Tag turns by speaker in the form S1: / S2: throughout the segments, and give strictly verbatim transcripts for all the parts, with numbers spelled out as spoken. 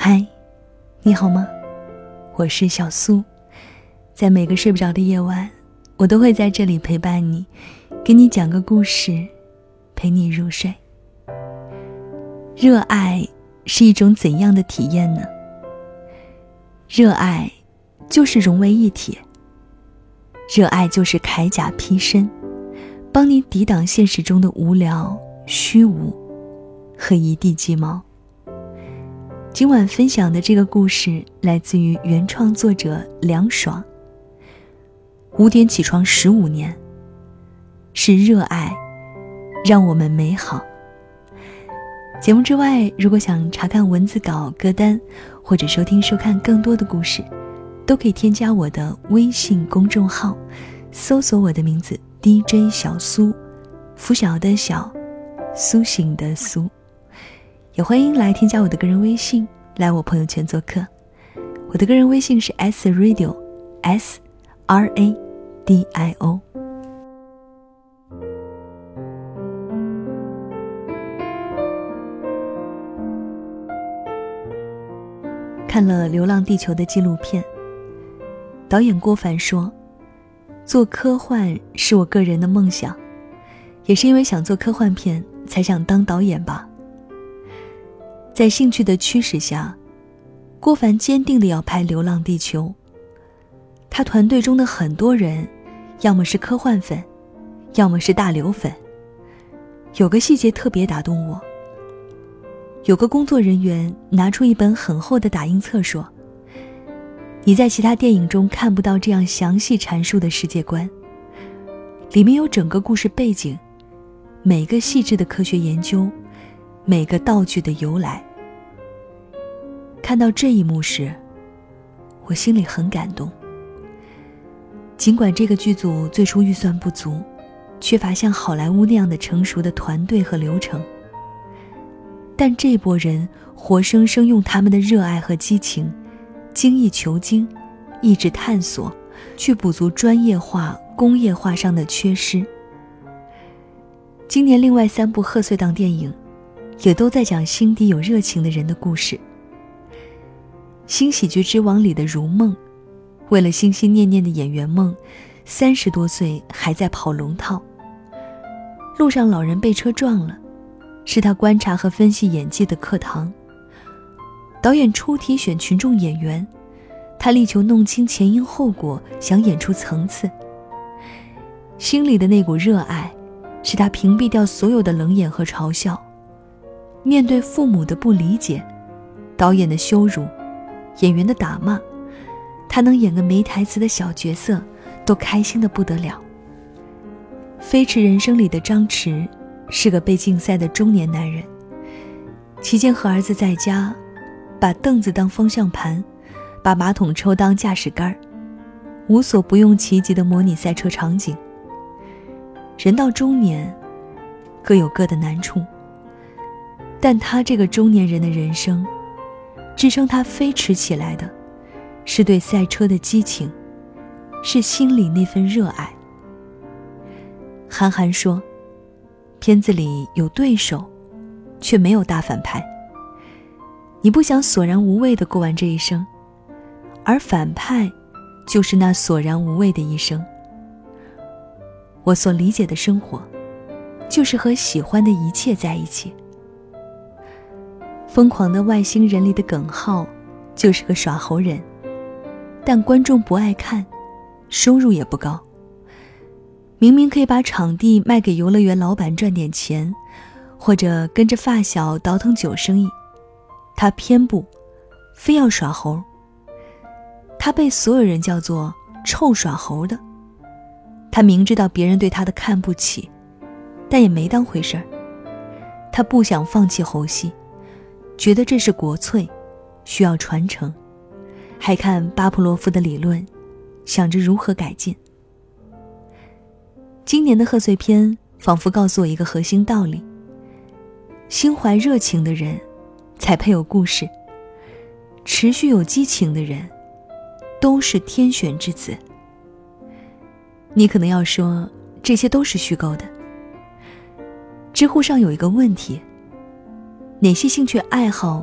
S1: 嗨，你好吗？我是小苏，在每个睡不着的夜晚，我都会在这里陪伴你，给你讲个故事，陪你入睡。热爱是一种怎样的体验呢？热爱就是融为一体，热爱就是铠甲披身，帮你抵挡现实中的无聊、虚无和一地鸡毛。今晚分享的这个故事来自于原创作者梁爽。五点起床十五年，是热爱让我们美好。节目之外，如果想查看文字稿、歌单，或者收听收看更多的故事，都可以添加我的微信公众号，搜索我的名字 D J 小苏，拂晓的晓，苏醒的苏。也欢迎来添加我的个人微信，来我朋友圈做客。我的个人微信是 S Radio S R A D I O。 看了《流浪地球》的纪录片，导演郭帆说，做科幻是我个人的梦想，也是因为想做科幻片才想当导演吧。在兴趣的驱使下，郭帆坚定地要拍《流浪地球》。他团队中的很多人，要么是科幻粉，要么是大刘粉。有个细节特别打动我，有个工作人员拿出一本很厚的打印册说，你在其他电影中看不到这样详细阐述的世界观，里面有整个故事背景，每个细致的科学研究，每个道具的由来。看到这一幕时，我心里很感动。尽管这个剧组最初预算不足，缺乏像好莱坞那样的成熟的团队和流程，但这波人活生生用他们的热爱和激情，精益求精，意志探索，去补足专业化、工业化上的缺失。今年另外三部贺岁档电影也都在讲心底有热情的人的故事。新喜剧之王里的如梦，为了心心念念的演员梦，三十多岁还在跑龙套。路上老人被车撞了，是他观察和分析演技的课堂。导演出题选群众演员，他力求弄清前因后果，想演出层次。心里的那股热爱，使他屏蔽掉所有的冷眼和嘲笑。面对父母的不理解，导演的羞辱，演员的打骂，他能演个没台词的小角色，都开心得不得了。飞驰人生里的张弛是个被竞赛的中年男人，期间和儿子在家，把凳子当方向盘，把马桶抽当驾驶杆，无所不用其极的模拟赛车场景。人到中年，各有各的难处，但他这个中年人的人生，支撑他飞驰起来的，是对赛车的激情，是心里那份热爱。韩寒说，片子里有对手，却没有大反派。你不想索然无味地过完这一生，而反派就是那索然无味的一生。我所理解的生活，就是和喜欢的一切在一起。疯狂的外星人里的耿浩就是个耍猴人，但观众不爱看，收入也不高。明明可以把场地卖给游乐园老板赚点钱，或者跟着发小倒腾酒生意，他偏不，非要耍猴。他被所有人叫做臭耍猴的。他明知道别人对他的看不起，但也没当回事儿。他不想放弃猴戏，觉得这是国粹，需要传承，还看巴甫洛夫的理论，想着如何改进。今年的贺岁片仿佛告诉我一个核心道理，心怀热情的人才配有故事，持续有激情的人都是天选之子。你可能要说，这些都是虚构的。知乎上有一个问题，哪些兴趣爱好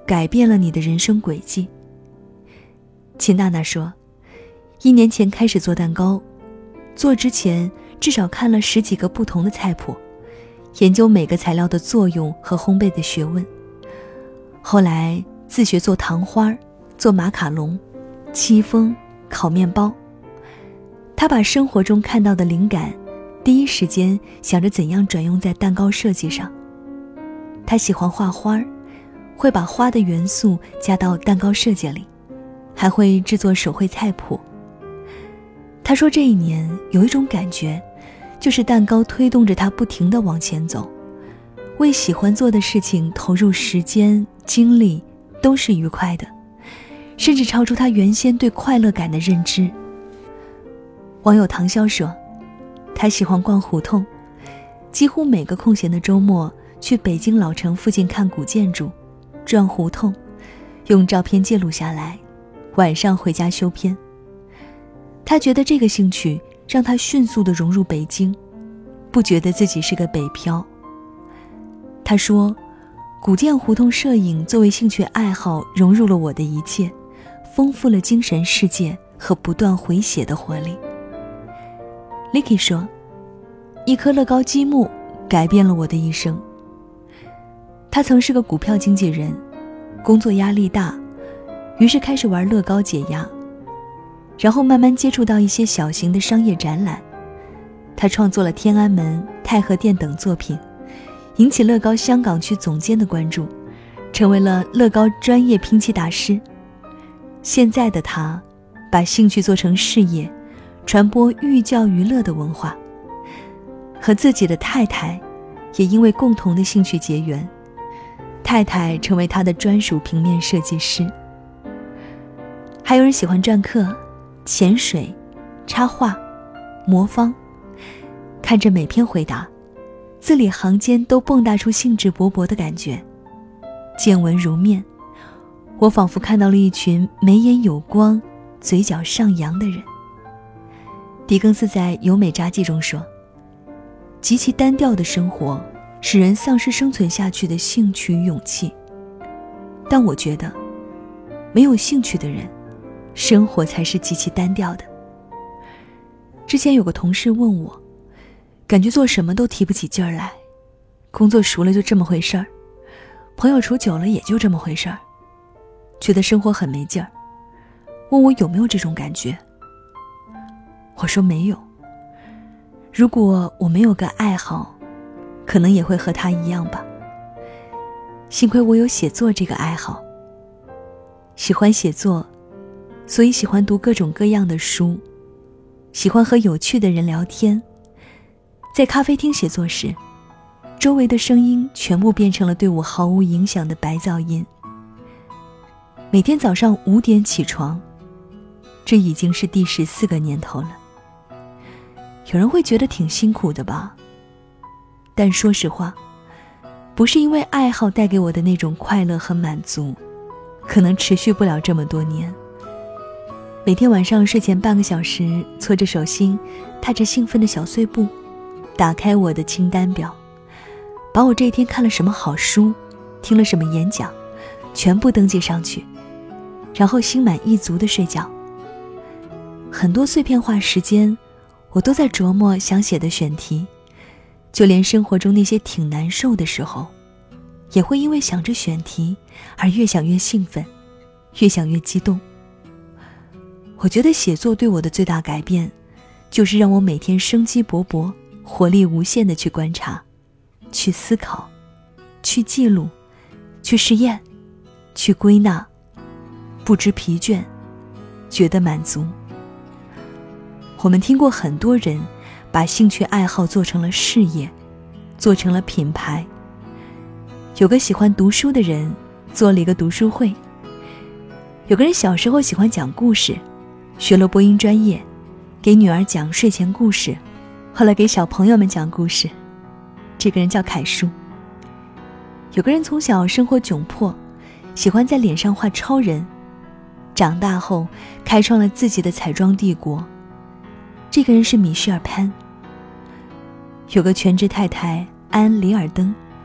S1: 改变了你的人生轨迹。秦娜娜说，一年前开始做蛋糕，做之前至少看了十几个不同的菜谱，研究每个材料的作用和烘焙的学问。后来自学做糖花，做马卡龙，戚风，烤面包。她把生活中看到的灵感第一时间想着怎样转用在蛋糕设计上。她喜欢画花，会把花的元素加到蛋糕设计里，还会制作手绘菜谱。她说这一年有一种感觉，就是蛋糕推动着她不停地往前走，为喜欢做的事情投入时间精力都是愉快的，甚至超出她原先对快乐感的认知。网友唐潇说，他喜欢逛胡同，几乎每个空闲的周末去北京老城附近看古建筑，转胡同，用照片记录下来，晚上回家修片。他觉得这个兴趣让他迅速地融入北京，不觉得自己是个北漂。他说，古建胡同摄影作为兴趣爱好融入了我的一切，丰富了精神世界和不断回血的活力。Licky 说，一颗乐高积木改变了我的一生。他曾是个股票经纪人，工作压力大，于是开始玩乐高解压，然后慢慢接触到一些小型的商业展览。他创作了天安门、太和殿等作品，引起乐高香港区总监的关注，成为了乐高专业拼砌大师。现在的他把兴趣做成事业，传播寓教于乐的文化，和自己的太太也因为共同的兴趣结缘，太太成为他的专属平面设计师。还有人喜欢篆刻、潜水、插画、魔方，看着每篇回答，字里行间都迸大出兴致勃勃的感觉，见闻如面，我仿佛看到了一群眉眼有光、嘴角上扬的人。狄更斯在《由美札记》中说，极其单调的生活使人丧失生存下去的兴趣与勇气。但我觉得，没有兴趣的人，生活才是极其单调的。之前有个同事问我，感觉做什么都提不起劲儿来，工作熟了就这么回事儿，朋友处久了也就这么回事儿，觉得生活很没劲儿，问我有没有这种感觉。我说没有，如果我没有个爱好，可能也会和他一样吧。幸亏我有写作这个爱好，喜欢写作，所以喜欢读各种各样的书，喜欢和有趣的人聊天。在咖啡厅写作时，周围的声音全部变成了对我毫无影响的白噪音。每天早上五点起床，这已经是第十四个年头了。有人会觉得挺辛苦的吧？但说实话，不是因为爱好带给我的那种快乐和满足，可能持续不了这么多年。每天晚上睡前半个小时，搓着手心，踏着兴奋的小碎步，打开我的清单表，把我这一天看了什么好书，听了什么演讲，全部登记上去，然后心满意足地睡觉。很多碎片化时间，我都在琢磨想写的选题，就连生活中那些挺难受的时候，也会因为想着选题而越想越兴奋，越想越激动。我觉得写作对我的最大改变，就是让我每天生机勃勃，活力无限地去观察，去思考，去记录，去实验，去归纳，不知疲倦，觉得满足。我们听过很多人把兴趣爱好做成了事业，做成了品牌。有个喜欢读书的人做了一个读书会，有个人小时候喜欢讲故事，学了播音专业，给女儿讲睡前故事，后来给小朋友们讲故事。这个人叫凯叔。有个人从小生活窘迫，喜欢在脸上画超人，长大后开创了自己的彩妆帝国。这个人是米歇尔潘。有个全职太太安里尔登，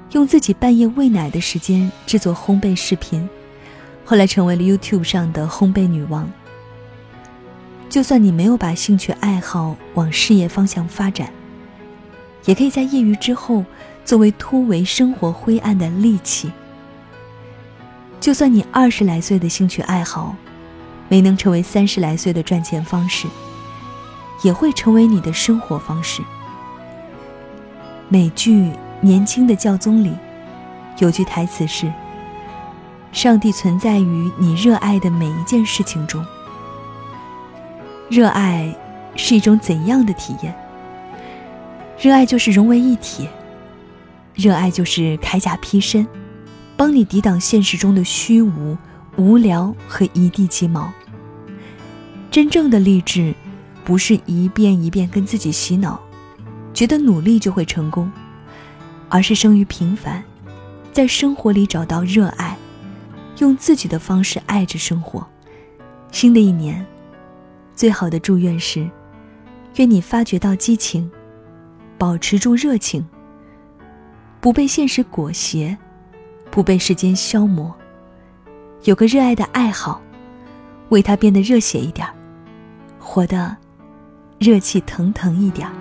S1: 用自己半夜喂奶的时间制作烘焙视频，后来成为了 YouTube 上的烘焙女王。就算你没有把兴趣爱好往事业方向发展，也可以在业余之后作为突围生活灰暗的利器。就算你二十来岁的兴趣爱好没能成为三十来岁的赚钱方式，也会成为你的生活方式。美剧《年轻的教宗》里有句台词是：上帝存在于你热爱的每一件事情中。热爱是一种怎样的体验？热爱就是融为一体，热爱就是铠甲披身，帮你抵挡现实中的虚无、无聊和一地鸡毛。真正的励志不是一遍一遍跟自己洗脑，觉得努力就会成功，而是生于平凡，在生活里找到热爱，用自己的方式爱着生活。新的一年，最好的祝愿是，愿你发掘到激情，保持住热情，不被现实裹挟，不被时间消磨，有个热爱的爱好，为它变得热血一点，活得热气腾腾一点。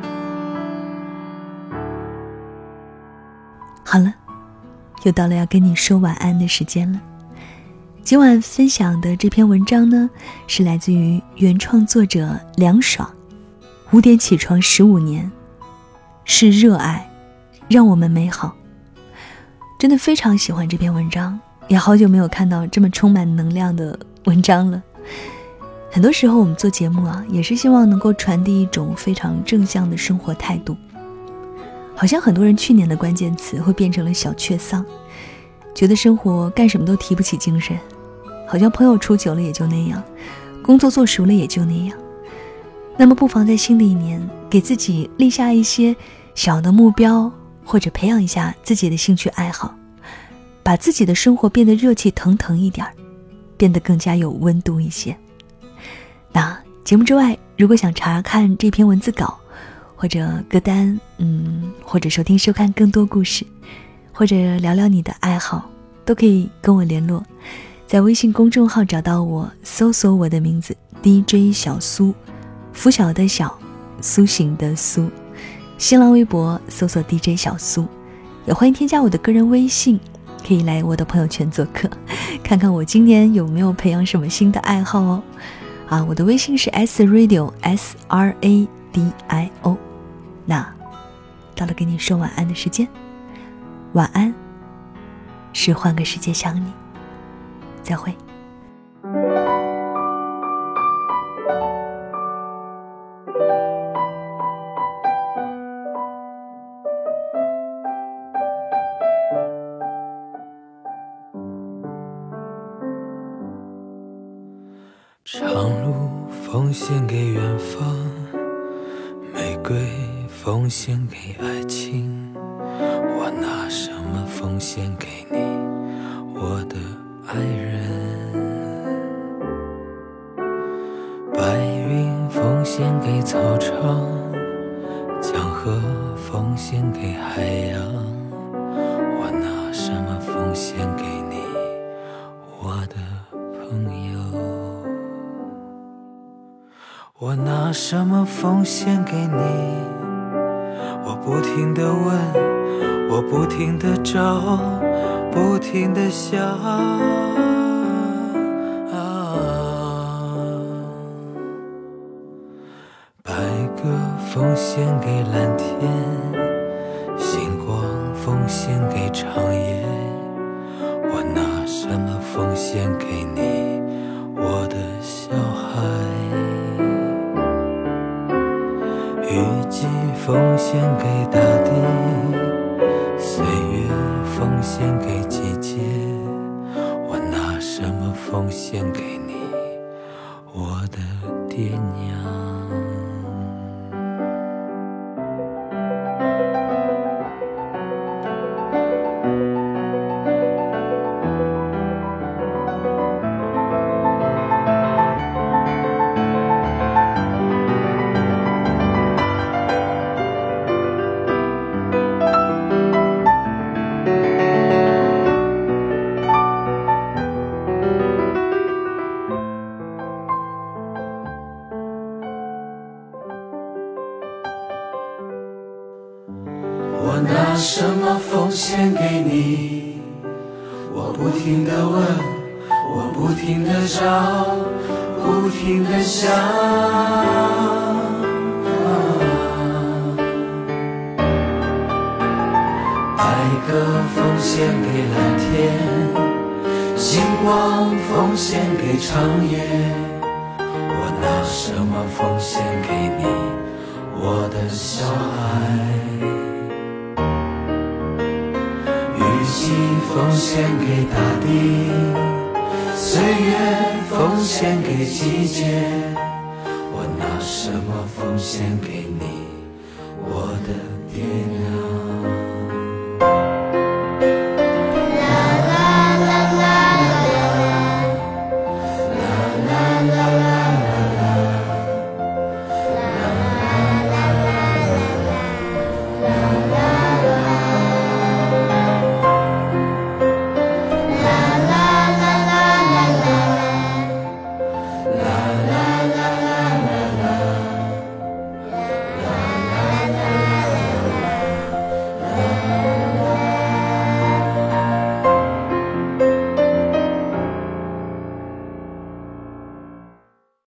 S1: 好了，又到了要跟你说晚安的时间了。今晚分享的这篇文章呢，是来自于原创作者凉爽。五点起床十五年，是热爱让我们美好。真的非常喜欢这篇文章，也好久没有看到这么充满能量的文章了。很多时候我们做节目啊，也是希望能够传递一种非常正向的生活态度。好像很多人去年的关键词会变成了小确丧，觉得生活干什么都提不起精神，好像朋友处久了也就那样，工作做熟了也就那样。那么不妨在新的一年给自己立下一些小的目标，或者培养一下自己的兴趣爱好，把自己的生活变得热气腾腾一点，变得更加有温度一些。那节目之外，如果想查看这篇文字稿或者歌单，嗯，或者收听收看更多故事，或者聊聊你的爱好，都可以跟我联络。在微信公众号找到我，搜索我的名字 D J 小苏，拂晓的晓，苏醒的苏。新浪微博搜索 D J 小苏，也欢迎添加我的个人微信，可以来我的朋友圈做客，看看我今年有没有培养什么新的爱好哦。啊，我的微信是 S Radio S R A D I O。那到了跟你说晚安的时间，晚安，是换个世界想你，再会。
S2: 长路奉献给远方，玫瑰奉献给爱情，我拿什么奉献给你，我的爱人？白云奉献给草场，江河奉献给海洋，我拿什么奉献给你，我的朋友？我拿什么奉献给你？我不停地问，我不停地找，不停地想。白鸽奉献给蓝天，星光奉献给长夜。我拿什么奉献给你，我的小孩？雨季奉献给大地，岁月奉献给季节。我拿什么奉献给你，我的爹娘？ 献给你？我不停地问，我不停地找，不停地想，爱歌奉献给蓝天，星光奉献给长夜，我拿什么奉献给你，我的小孩？雨季奉献给大地，岁月奉献给季节，我拿什么奉献给你，我的爹娘？